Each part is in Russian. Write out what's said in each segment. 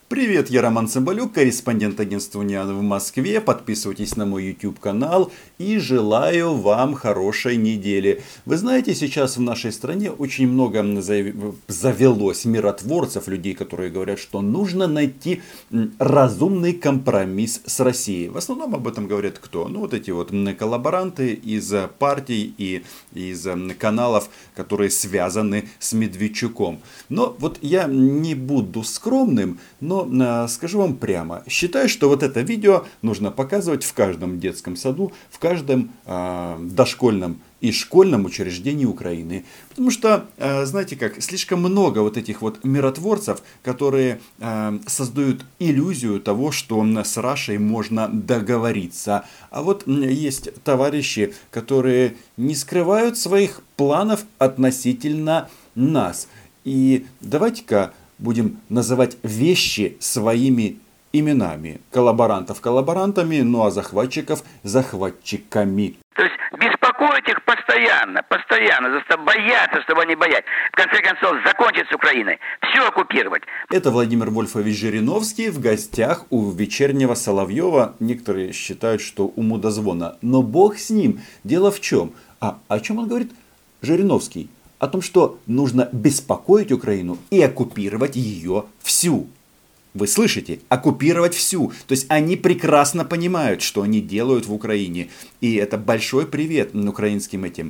Привет, я Роман Цымбалюк, корреспондент агентства Униан в Москве. Подписывайтесь на мой YouTube канал и желаю вам хорошей недели. Вы знаете, сейчас в нашей стране очень много завелось миротворцев, людей, которые говорят, что нужно найти разумный компромисс с Россией. В основном об этом говорят кто? Ну вот эти вот коллаборанты из партий и из каналов, которые связаны с Медведчуком. Но вот я не буду скромным, но скажу вам прямо, считаю, что вот это видео нужно показывать в каждом детском саду, в каждом дошкольном и школьном учреждении Украины. Потому что, знаете как, слишком много вот этих вот миротворцев, которые создают иллюзию того, что с Рашей можно договориться. А вот есть товарищи, которые не скрывают своих планов относительно нас. И давайте-ка будем называть вещи своими именами. Коллаборантов коллаборантами, ну а захватчиков захватчиками. То есть беспокоить их постоянно, бояться, чтобы они боялись. В конце концов, закончить с Украиной, все оккупировать. Это Владимир Вольфович Жириновский в гостях у вечернего Соловьева. Некоторые считают, что у мудозвона. Но бог с ним. Дело в чем? О чем он говорит? Жириновский. О том, что нужно беспокоить Украину и оккупировать ее всю. Вы слышите? Оккупировать всю. То есть они прекрасно понимают, что они делают в Украине. И это большой привет украинским этим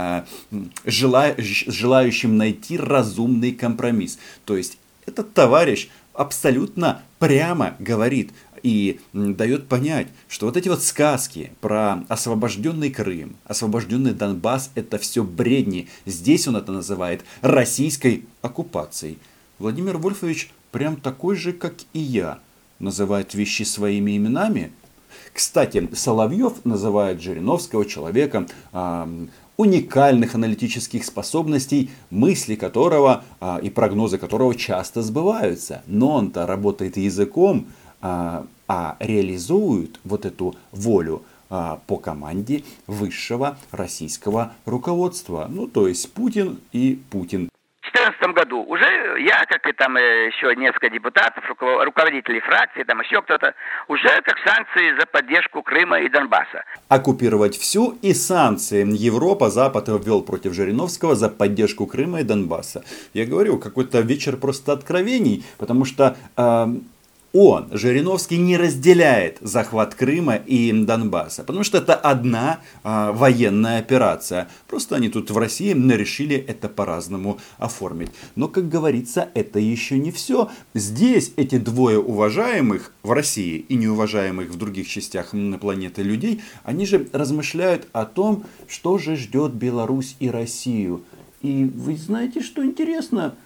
желающим найти разумный компромисс. То есть этот товарищ абсолютно прямо говорит и дает понять, что вот эти вот сказки про освобожденный Крым, освобожденный Донбасс, это все бредни. Здесь он это называет российской оккупацией. Владимир Вольфович прям такой же, как и я, называет вещи своими именами. Кстати, Соловьев называет Жириновского человеком уникальных аналитических способностей, мысли которого и прогнозы которого часто сбываются. Но он-то работает языком, а реализует вот эту волю по команде высшего российского руководства. Ну, то есть Путин и Путин. В 2014 году уже я, как и там еще несколько депутатов, руководителей фракции, там еще кто-то, уже как санкции за поддержку Крыма и Донбасса. Оккупировать всю и санкции Европа, Запад ввел против Жириновского за поддержку Крыма и Донбасса. Я говорю, какой-то вечер просто откровений, потому что он, Жириновский, не разделяет захват Крыма и Донбасса, потому что это одна военная операция. Просто они тут в России решили это по-разному оформить. Но, как говорится, это еще не все. Здесь эти двое уважаемых в России и неуважаемых в других частях планеты людей, они же размышляют о том, что же ждет Беларусь и Россию. И вы знаете, что интересно?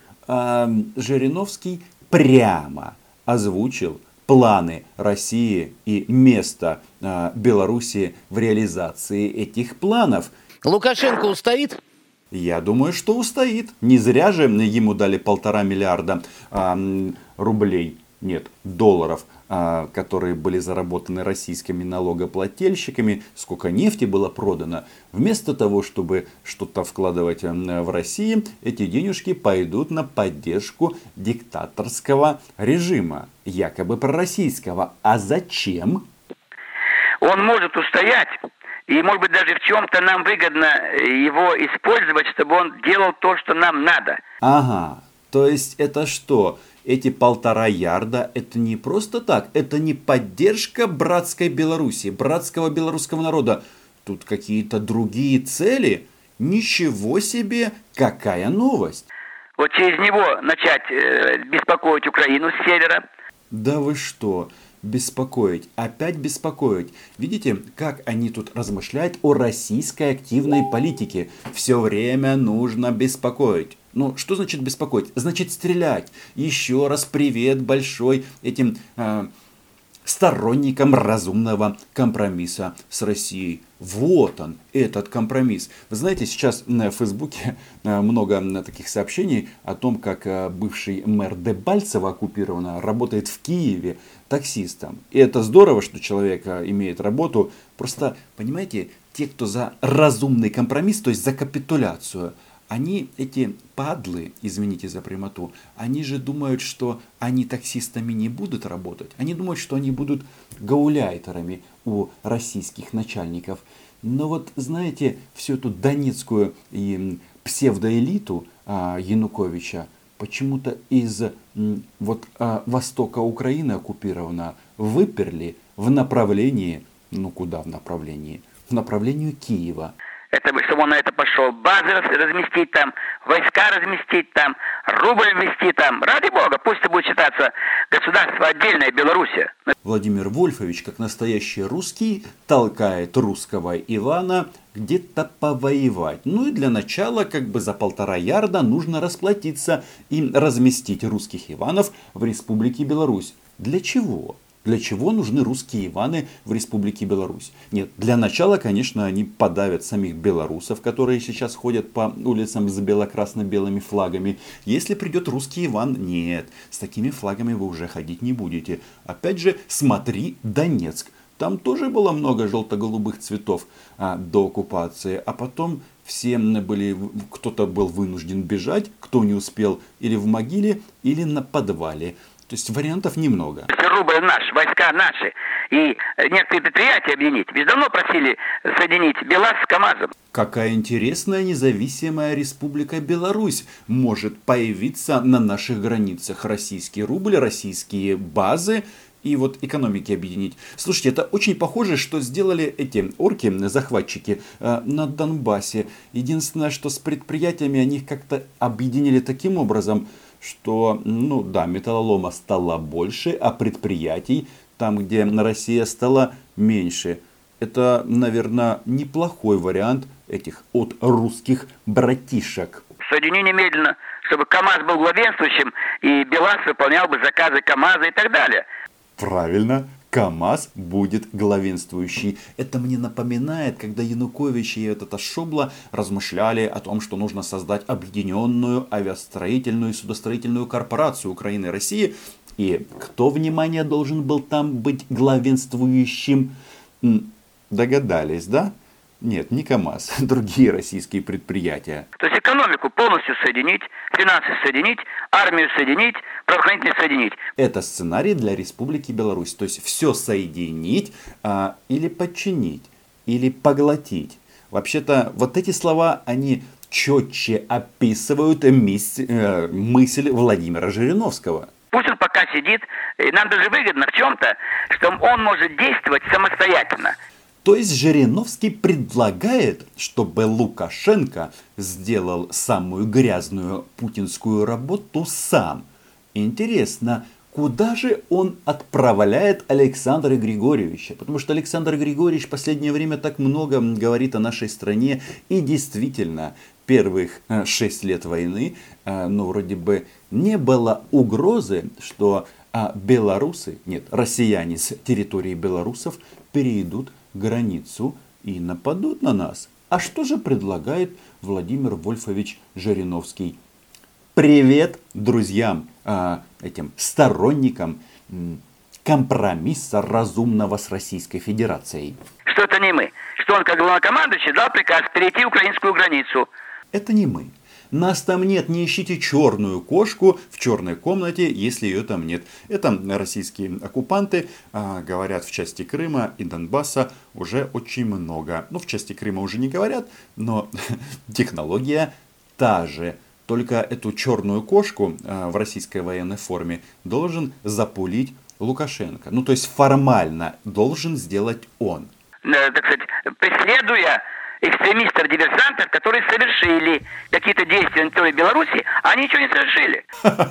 Жириновский прямо озвучил планы России и место Белоруссии в реализации этих планов. Лукашенко устоит? Я думаю, что устоит. Не зря же ему дали 1,5 миллиарда рублей. Нет, долларов, которые были заработаны российскими налогоплательщиками, сколько нефти было продано. Вместо того, чтобы что-то вкладывать в Россию, эти денежки пойдут на поддержку диктаторского режима, якобы пророссийского. А зачем? Он может устоять, и может быть даже в чем-то нам выгодно его использовать, чтобы он делал то, что нам надо. Ага, то есть это что? Эти 1,5 ярда, это не просто так, это не поддержка братской Беларуси, братского белорусского народа. Тут какие-то другие цели. Ничего себе, какая новость. Вот через него начать беспокоить Украину с севера. Да вы что, беспокоить, опять беспокоить. Видите, как они тут размышляют о российской активной политике. Все время нужно беспокоить. Ну, что значит беспокоить? Значит стрелять. Еще раз привет большой этим сторонникам разумного компромисса с Россией. Вот он, этот компромисс. Вы знаете, сейчас на Фейсбуке много таких сообщений о том, как бывший мэр Дебальцево оккупированного работает в Киеве таксистом. И это здорово, что человек имеет работу. Просто, понимаете, те, кто за разумный компромисс, то есть за капитуляцию, Они, эти падлы, извините за прямоту, они же думают, что они таксистами не будут работать. Они думают, что они будут гауляйтерами у российских начальников. Но вот, знаете, всю эту донецкую псевдоэлиту Януковича почему-то из востока Украины оккупирована выперли в направлении, ну куда в направлении? В направлении Киева. Это бы, чтобы он на это пошел, базы разместить там, войска разместить там, рубль ввести там. Ради бога, пусть это будет считаться государство отдельное, Белоруссия. Владимир Вольфович, как настоящий русский, толкает русского Ивана где-то повоевать. Ну и для начала, как бы за 1,5 ярда нужно расплатиться и разместить русских Иванов в Республике Беларусь. Для чего? Для чего нужны русские Иваны в Республике Беларусь? Нет, для начала, конечно, они подавят самих белорусов, которые сейчас ходят по улицам с бело-красно-белыми флагами. Если придет русский Иван, нет, с такими флагами вы уже ходить не будете. Опять же, смотри Донецк. Там тоже было много желто-голубых цветов до оккупации, а потом все были, кто-то был вынужден бежать, кто не успел или в могиле, или на подвале. То есть вариантов немного. Рубль наш, войска наши и некоторые предприятия объединить. Ведь давно просили соединить БелАЗ с КамАЗом. Какая интересная независимая республика Беларусь может появиться на наших границах. Российский рубль, российские базы и вот экономики объединить. Слушайте, это очень похоже, что сделали эти орки, захватчики на Донбассе. Единственное, что с предприятиями они их как-то объединили таким образом, что, ну да, металлолома стало больше, а предприятий там, где Россия, стало меньше. Это, наверное, неплохой вариант этих от русских братишек. Соедини немедленно, чтобы КамАЗ был главенствующим, и БелАЗ выполнял бы заказы КамАЗа и так далее. Правильно. КамАЗ будет главенствующий. Это мне напоминает, когда Янукович и эта Шобла размышляли о том, что нужно создать объединенную авиастроительную и судостроительную корпорацию Украины и России. И кто, внимание, должен был там быть главенствующим? Догадались, да? Нет, не КамАЗ, другие российские предприятия. То есть экономику полностью соединить, финансы соединить, армию соединить, правоохранительные соединить. Это сценарий для Республики Беларусь. То есть все соединить или подчинить, или поглотить. Вообще-то вот эти слова, они четче описывают мысль Владимира Жириновского. Пусть он пока сидит, и нам даже выгодно в чем-то, что он может действовать самостоятельно. То есть Жириновский предлагает, чтобы Лукашенко сделал самую грязную путинскую работу сам. Интересно, куда же он отправляет Александра Григорьевича? Потому что Александр Григорьевич в последнее время так много говорит о нашей стране. И действительно, первых 6 лет войны, вроде бы не было угрозы, что россияне с территории белорусов перейдут границу и нападут на нас. А что же предлагает Владимир Вольфович Жириновский? Привет друзьям, этим сторонникам компромисса разумного с Российской Федерацией. Что это не мы, что он как главнокомандующий дал приказ перейти украинскую границу. Это не мы. Нас там нет, не ищите черную кошку в черной комнате, если ее там нет. Это российские оккупанты, говорят в части Крыма и Донбасса уже очень много. В части Крыма уже не говорят, но технология та же. Только эту черную кошку в российской военной форме должен запулить Лукашенко. То есть формально должен сделать он. Так сказать, преследуя экстремистов-диверсантов, которые совершили какие-то действия на территории Беларуси, а они ничего не совершили.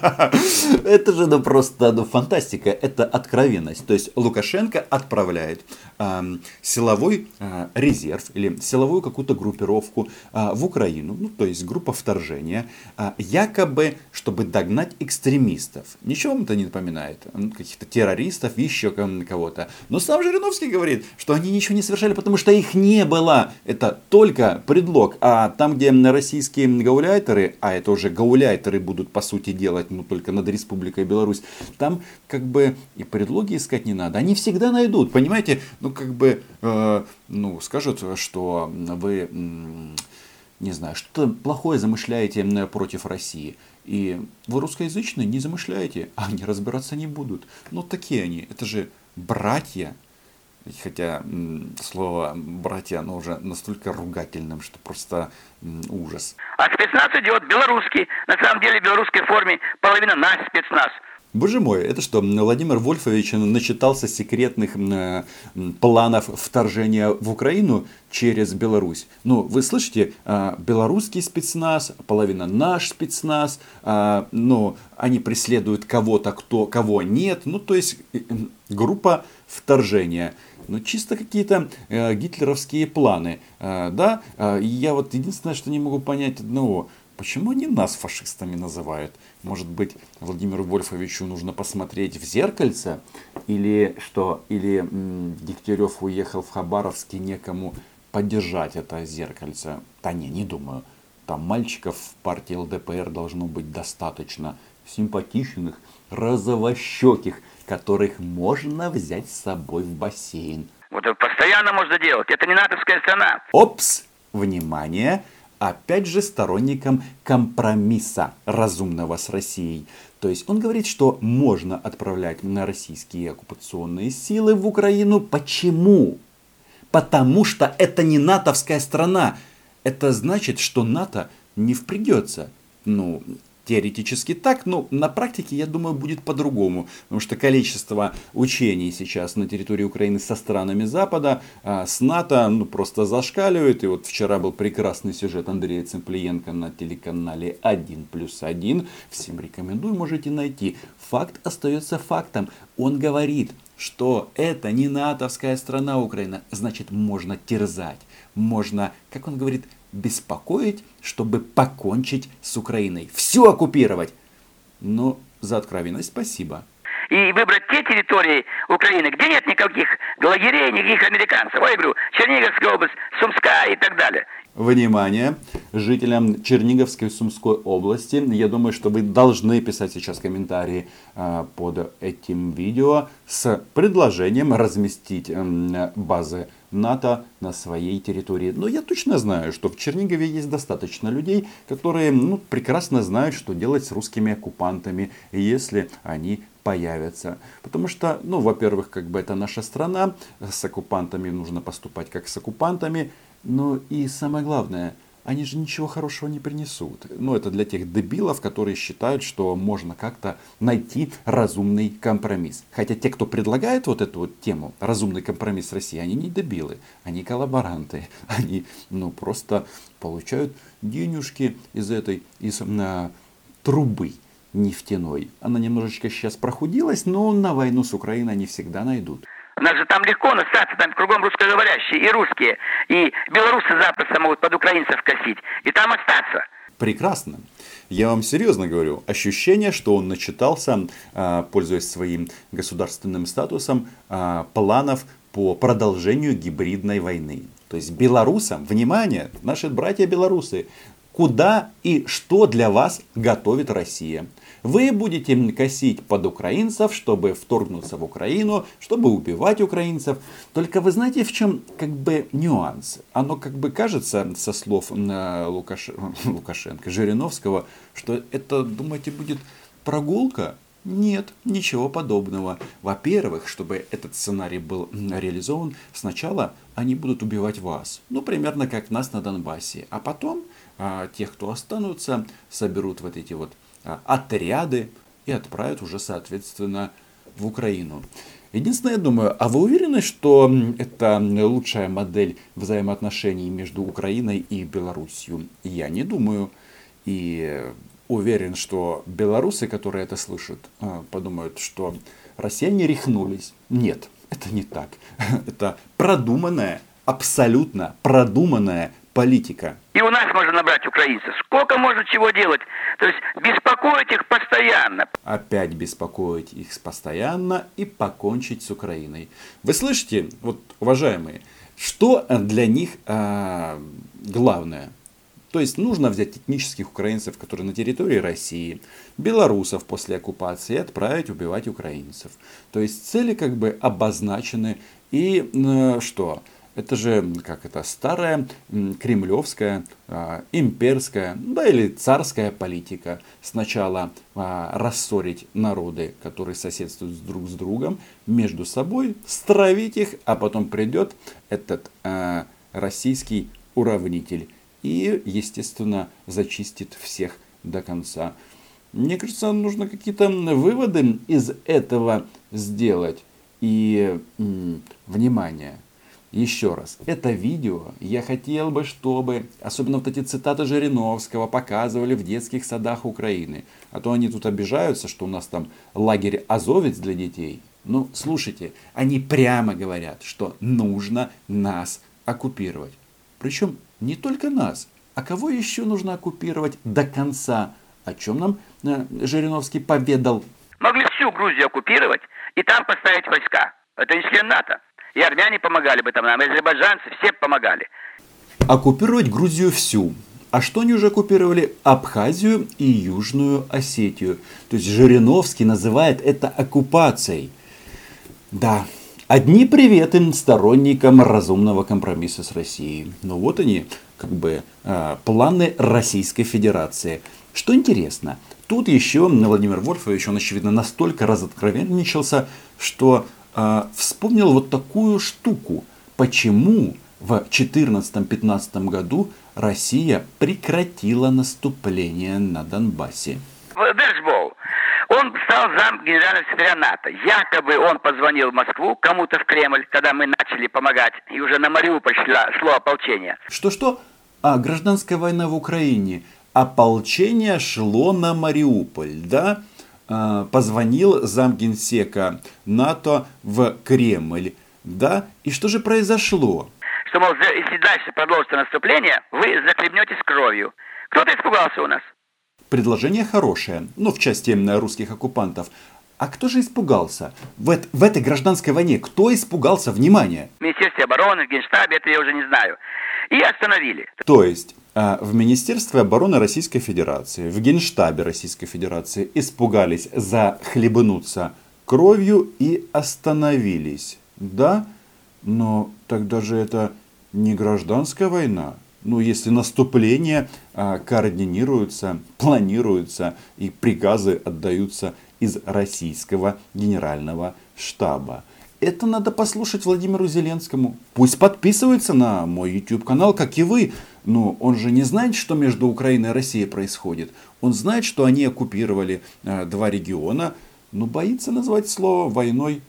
Это же просто фантастика, это откровенность. То есть Лукашенко отправляет силовой резерв или силовую какую-то группировку в Украину, то есть группа вторжения, якобы, чтобы догнать экстремистов. Ничего вам это не напоминает? Каких-то террористов, еще кого-то. Но сам Жириновский говорит, что они ничего не совершали, потому что их не было. Это только предлог. А там, где российские гауляйтеры, а это уже гауляйтеры будут по сути делать, только над Республикой Беларусь, там как бы и предлоги искать не надо. Они всегда найдут, понимаете? Скажут, что вы не знаю, что-то плохое замышляете против России. И вы русскоязычные не замышляете, а они разбираться не будут. Ну такие они, это же братья. Хотя слово братья, оно уже настолько ругательным, что просто ужас. А спецназ идет белорусский. На самом деле в белорусской форме половина наш спецназ. Боже мой, это что, Владимир Вольфович начитался секретных планов вторжения в Украину через Беларусь? Ну, вы слышите, белорусский спецназ, половина наш спецназ, ну, они преследуют кого-то, кого нет, ну, то есть группа вторжения. Ну, чисто какие-то гитлеровские планы, да? Я вот единственное, что не могу понять одного. Почему они нас фашистами называют? Может быть, Владимиру Вольфовичу нужно посмотреть в зеркальце? Или что? Или Дегтярев уехал в Хабаровск и некому поддержать это зеркальце? Да не думаю. Там мальчиков в партии ЛДПР должно быть достаточно симпатичных, розовощеких, которых можно взять с собой в бассейн. Вот это постоянно можно делать. Это не натовская страна. Опс! Внимание! Опять же сторонником компромисса разумного с Россией. То есть он говорит, что можно отправлять на российские оккупационные силы в Украину. Почему? Потому что это не натовская страна. Это значит, что НАТО не впрягется. Ну, теоретически так, но на практике, я думаю, будет по-другому. Потому что количество учений сейчас на территории Украины со странами Запада, с НАТО, ну, просто зашкаливает. И вот вчера был прекрасный сюжет Андрея Цымплиенко на телеканале 1+1. Всем рекомендую, можете найти. Факт остается фактом. Он говорит, что это не натовская страна Украина. Значит, можно терзать. Можно, как он говорит, беспокоить, чтобы покончить с Украиной. Все оккупировать. Но за откровенность спасибо. И выбрать те территории Украины, где нет никаких лагерей, никаких американцев. Я говорю, Черниговская область, Сумская и так далее. Внимание! Жителям Черниговской и Сумской области, я думаю, что вы должны писать сейчас комментарии под этим видео с предложением разместить базы НАТО на своей территории. Но я точно знаю, что в Чернигове есть достаточно людей, которые прекрасно знают, что делать с русскими оккупантами, если они появятся. Потому что, во-первых, это наша страна, с оккупантами нужно поступать как с оккупантами. Но и самое главное, они же ничего хорошего не принесут. Это для тех дебилов, которые считают, что можно как-то найти разумный компромисс. Хотя те, кто предлагает вот эту вот тему, разумный компромисс с Россией, они не дебилы, они коллаборанты. Они просто получают денежки из трубы нефтяной. Она немножечко сейчас прохудилась, но на войну с Украиной они всегда найдут. У нас же там легко настаться, там кругом русскоговорящие, и русские, и белорусы запросто могут под украинцев косить, и там остаться. Прекрасно. Я вам серьезно говорю. Ощущение, что он начитался, пользуясь своим государственным статусом, планов по продолжению гибридной войны. То есть белорусам, внимание, наши братья белорусы, куда и что для вас готовит Россия. Вы будете косить под украинцев, чтобы вторгнуться в Украину, чтобы убивать украинцев. Только вы знаете, в чем нюанс? Оно кажется, со слов Лукашенко, Жириновского, что это, думаете, будет прогулка? Нет, ничего подобного. Во-первых, чтобы этот сценарий был реализован, сначала они будут убивать вас. Примерно как нас на Донбассе. А потом тех, кто останутся, соберут вот эти вот отряды и отправят уже, соответственно, в Украину. Единственное, я думаю, а вы уверены, что это лучшая модель взаимоотношений между Украиной и Белоруссией? Я не думаю. И уверен, что белорусы, которые это слышат, подумают, что россияне рехнулись. Нет, это не так. Это продуманная, абсолютно продуманная политика. И у нас можно набрать украинцев. Сколько можно чего делать? То есть беспокоить их постоянно. Опять беспокоить их постоянно и покончить с Украиной. Вы слышите, уважаемые, что для них главное? То есть нужно взять этнических украинцев, которые на территории России, белорусов после оккупации, и отправить убивать украинцев. То есть цели обозначены. И что? Это же, как это, старая кремлевская, имперская, да или царская политика. Сначала рассорить народы, которые соседствуют друг с другом, между собой, стравить их, а потом придет этот российский уравнитель и, естественно, зачистит всех до конца. Мне кажется, нужно какие-то выводы из этого сделать. И, внимание, еще раз, это видео я хотел бы, чтобы, особенно вот эти цитаты Жириновского, показывали в детских садах Украины. А то они тут обижаются, что у нас там лагерь Азовец для детей. Ну, слушайте, они прямо говорят, что нужно нас оккупировать. Причем не только нас, а кого еще нужно оккупировать до конца, о чем нам Жириновский поведал. Могли всю Грузию оккупировать и там поставить войска. Это не член НАТО. И армяне помогали бы там нам, и азербайджанцы, все помогали. Оккупировать Грузию всю. А что они уже оккупировали? Абхазию и Южную Осетию. То есть Жириновский называет это оккупацией. Да, одни приветы сторонникам разумного компромисса с Россией. Ну вот они, как бы, планы Российской Федерации. Что интересно, тут еще Владимир Вольфович, он, очевидно, настолько разоткровенничался, что вспомнил вот такую штуку. Почему в 2014-2015 году Россия прекратила наступление на Донбассе? Держбол. Он стал зам генерального секретаря НАТО. Якобы он позвонил в Москву, кому-то в Кремль, когда мы начали помогать, и уже на Мариуполь шло ополчение. Что-что? Гражданская война в Украине. Ополчение шло на Мариуполь, да? Позвонил замгенсека НАТО в Кремль, да? И что же произошло? Что, мол, если дальше продолжится наступление, вы захлебнетесь кровью. Кто-то испугался у нас. Предложение хорошее, но в части русских оккупантов. А кто же испугался? В этой гражданской войне кто испугался? Внимание! В Министерстве обороны, в Генштабе, это я уже не знаю. И остановили. То есть в Министерстве обороны Российской Федерации, в Генштабе Российской Федерации испугались захлебнуться кровью и остановились. Да? Но тогда же это не гражданская война. Ну, если наступления координируются, планируются и приказы отдаются из российского генерального штаба. Это надо послушать Владимиру Зеленскому. Пусть подписывается на мой YouTube канал, как и вы. Но он же не знает, что между Украиной и Россией происходит. Он знает, что они оккупировали два региона, но боится назвать слово войной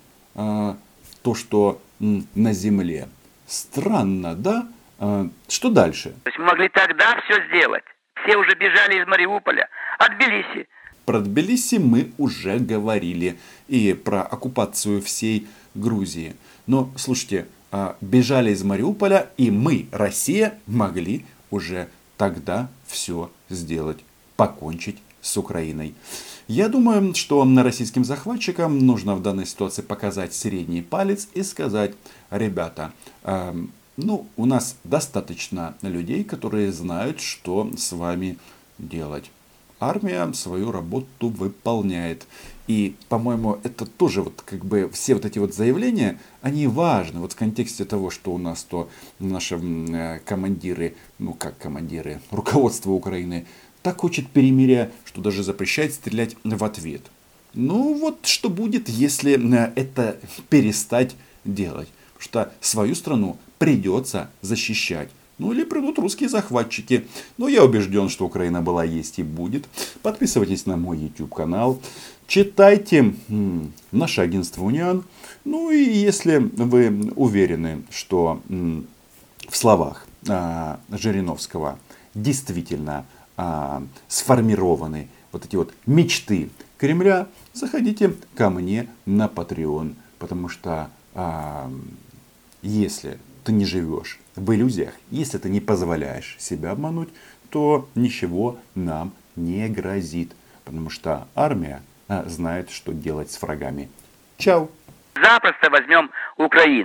то, что на земле. Странно, да? Что дальше? То есть мы могли тогда все сделать. Все уже бежали из Мариуполя, от Тбилиси. Про Тбилиси мы уже говорили. И про оккупацию всей Грузии. Но, слушайте, бежали из Мариуполя, и мы, Россия, могли уже тогда все сделать. Покончить с Украиной. Я думаю, что российским захватчикам нужно в данной ситуации показать средний палец и сказать: ребята, у нас достаточно людей, которые знают, что с вами делать. Армия свою работу выполняет. И, по-моему, это тоже вот как бы все вот эти вот заявления, они важны. Вот в контексте того, что у нас то наши командиры, руководство Украины так хочет перемирия, что даже запрещает стрелять в ответ. Ну вот что будет, если это перестать делать. Потому что свою страну придется защищать. Ну или придут русские захватчики. Но я убежден, что Украина была, есть и будет. Подписывайтесь на мой YouTube канал. Читайте наше агентство Униан. Ну и если вы уверены, что в словах Жириновского действительно сформированы вот эти вот мечты Кремля, заходите ко мне на Patreon. Потому что если ты не живешь в иллюзиях, если ты не позволяешь себя обмануть, то ничего нам не грозит. Потому что армия знает, что делать с врагами. Чао! Запросто возьмем Украину.